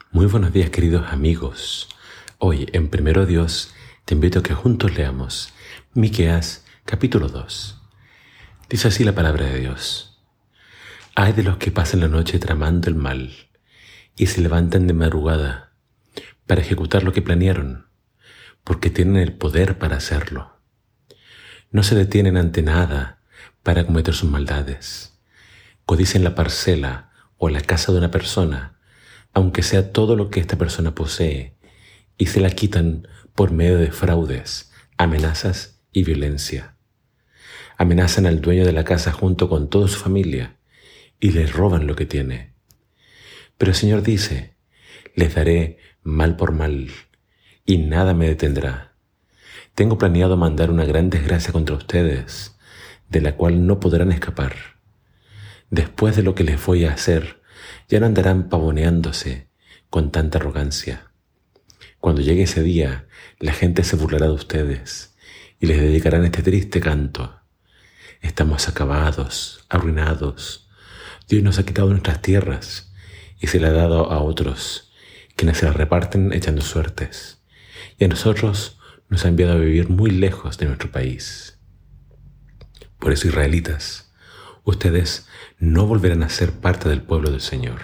Muy buenos días, queridos amigos. Hoy, en Primero Dios, te invito a que juntos leamos Miqueas capítulo 2. Dice así la palabra de Dios. Ay de los que pasan la noche tramando el mal y se levantan de madrugada para ejecutar lo que planearon, porque tienen el poder para hacerlo. No se detienen ante nada para cometer sus maldades. Codician la parcela o la casa de una persona, aunque sea todo lo que esta persona posee, y se la quitan por medio de fraudes, amenazas y violencia. Amenazan al dueño de la casa junto con toda su familia y le roban lo que tiene. Pero el Señor dice, les daré mal por mal y nada me detendrá. Tengo planeado mandar una gran desgracia contra ustedes, de la cual no podrán escapar. Después de lo que les voy a hacer, ya no andarán pavoneándose con tanta arrogancia. Cuando llegue ese día, la gente se burlará de ustedes y les dedicarán este triste canto. Estamos acabados, arruinados. Dios nos ha quitado nuestras tierras y se las ha dado a otros, quienes se las reparten echando suertes. Y a nosotros nos ha enviado a vivir muy lejos de nuestro país. Por eso, israelitas, ustedes no volverán a ser parte del pueblo del Señor.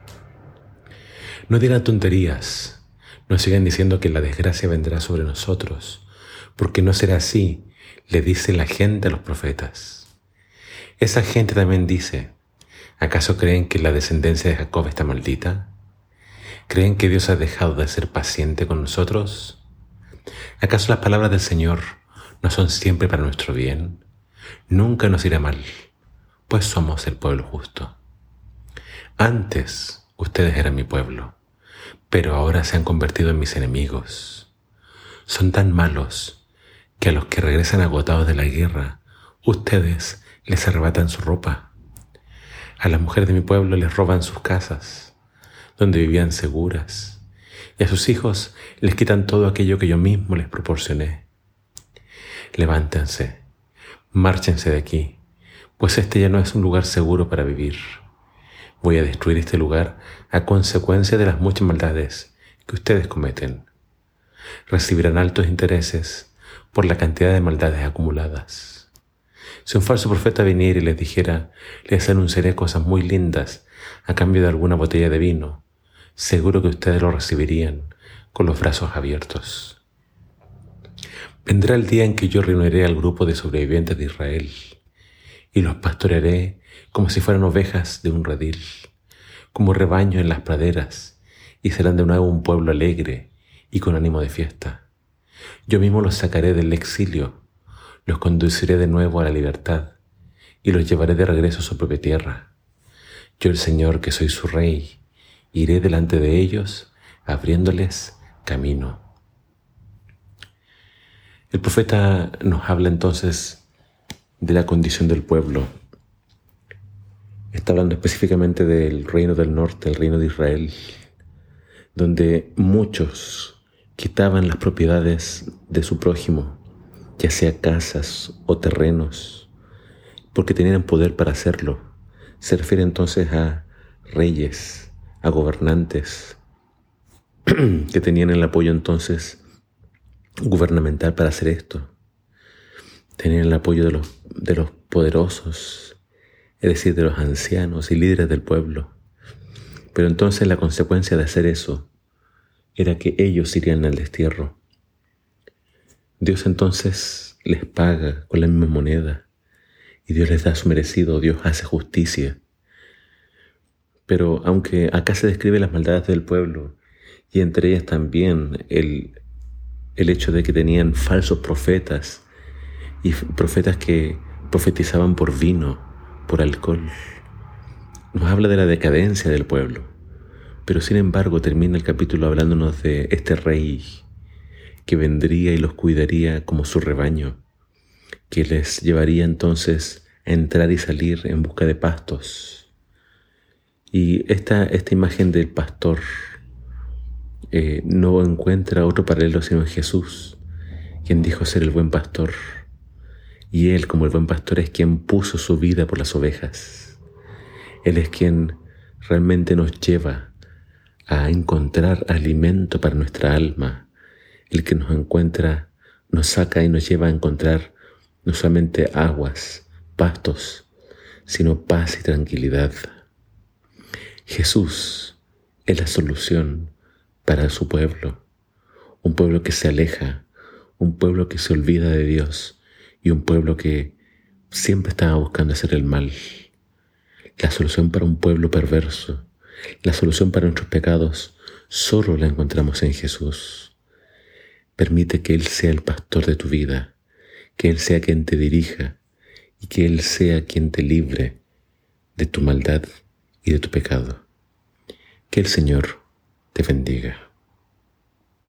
No digan tonterías, no sigan diciendo que la desgracia vendrá sobre nosotros, porque no será así, le dice la gente a los profetas. Esa gente también dice, ¿acaso creen que la descendencia de Jacob está maldita? ¿Creen que Dios ha dejado de ser paciente con nosotros? ¿Acaso las palabras del Señor no son siempre para nuestro bien? Nunca nos irá mal, pues somos el pueblo justo. Antes ustedes eran mi pueblo, pero ahora se han convertido en mis enemigos. Son tan malos que a los que regresan agotados de la guerra, ustedes les arrebatan su ropa. A las mujeres de mi pueblo les roban sus casas, donde vivían seguras, y a sus hijos les quitan todo aquello que yo mismo les proporcioné. Levántense, márchense de aquí, pues este ya no es un lugar seguro para vivir. Voy a destruir este lugar a consecuencia de las muchas maldades que ustedes cometen. Recibirán altos intereses por la cantidad de maldades acumuladas. Si un falso profeta viniera y les dijera, les anunciaré cosas muy lindas a cambio de alguna botella de vino, seguro que ustedes lo recibirían con los brazos abiertos. Vendrá el día en que yo reuniré al grupo de sobrevivientes de Israel y los pastorearé como si fueran ovejas de un redil, como rebaño en las praderas, y serán de nuevo un pueblo alegre y con ánimo de fiesta. Yo mismo los sacaré del exilio, los conduciré de nuevo a la libertad y los llevaré de regreso a su propia tierra. Yo, el Señor, que soy su Rey, iré delante de ellos, abriéndoles camino. El profeta nos habla entonces de la condición del pueblo. Está hablando específicamente del reino del norte, el reino de Israel, donde muchos quitaban las propiedades de su prójimo, ya sea casas o terrenos, porque tenían poder para hacerlo. Se refiere entonces a reyes, a gobernantes, que tenían el apoyo entonces gubernamental para hacer esto. Tenían el apoyo de los poderosos, es decir, de los ancianos y líderes del pueblo. Pero entonces la consecuencia de hacer eso era que ellos irían al destierro. Dios entonces les paga con la misma moneda y Dios les da su merecido, Dios hace justicia. Pero aunque acá se describe las maldades del pueblo y entre ellas también el hecho de que tenían falsos profetas y profetas que profetizaban por vino, por alcohol, nos habla de la decadencia del pueblo. Pero sin embargo termina el capítulo hablándonos de este rey que vendría y los cuidaría como su rebaño, que les llevaría entonces a entrar y salir en busca de pastos. Y esta imagen del pastor no encuentra otro paralelo sino en Jesús, quien dijo ser el buen pastor. Y Él, como el buen pastor, es quien puso su vida por las ovejas. Él es quien realmente nos lleva a encontrar alimento para nuestra alma, el que nos encuentra, nos saca y nos lleva a encontrar no solamente aguas, pastos, sino paz y tranquilidad. Jesús es la solución para su pueblo, un pueblo que se aleja, un pueblo que se olvida de Dios y un pueblo que siempre estaba buscando hacer el mal. La solución para un pueblo perverso, la solución para nuestros pecados, solo la encontramos en Jesús. Permite que Él sea el pastor de tu vida, que Él sea quien te dirija y que Él sea quien te libre de tu maldad y de tu pecado. Que el Señor te bendiga.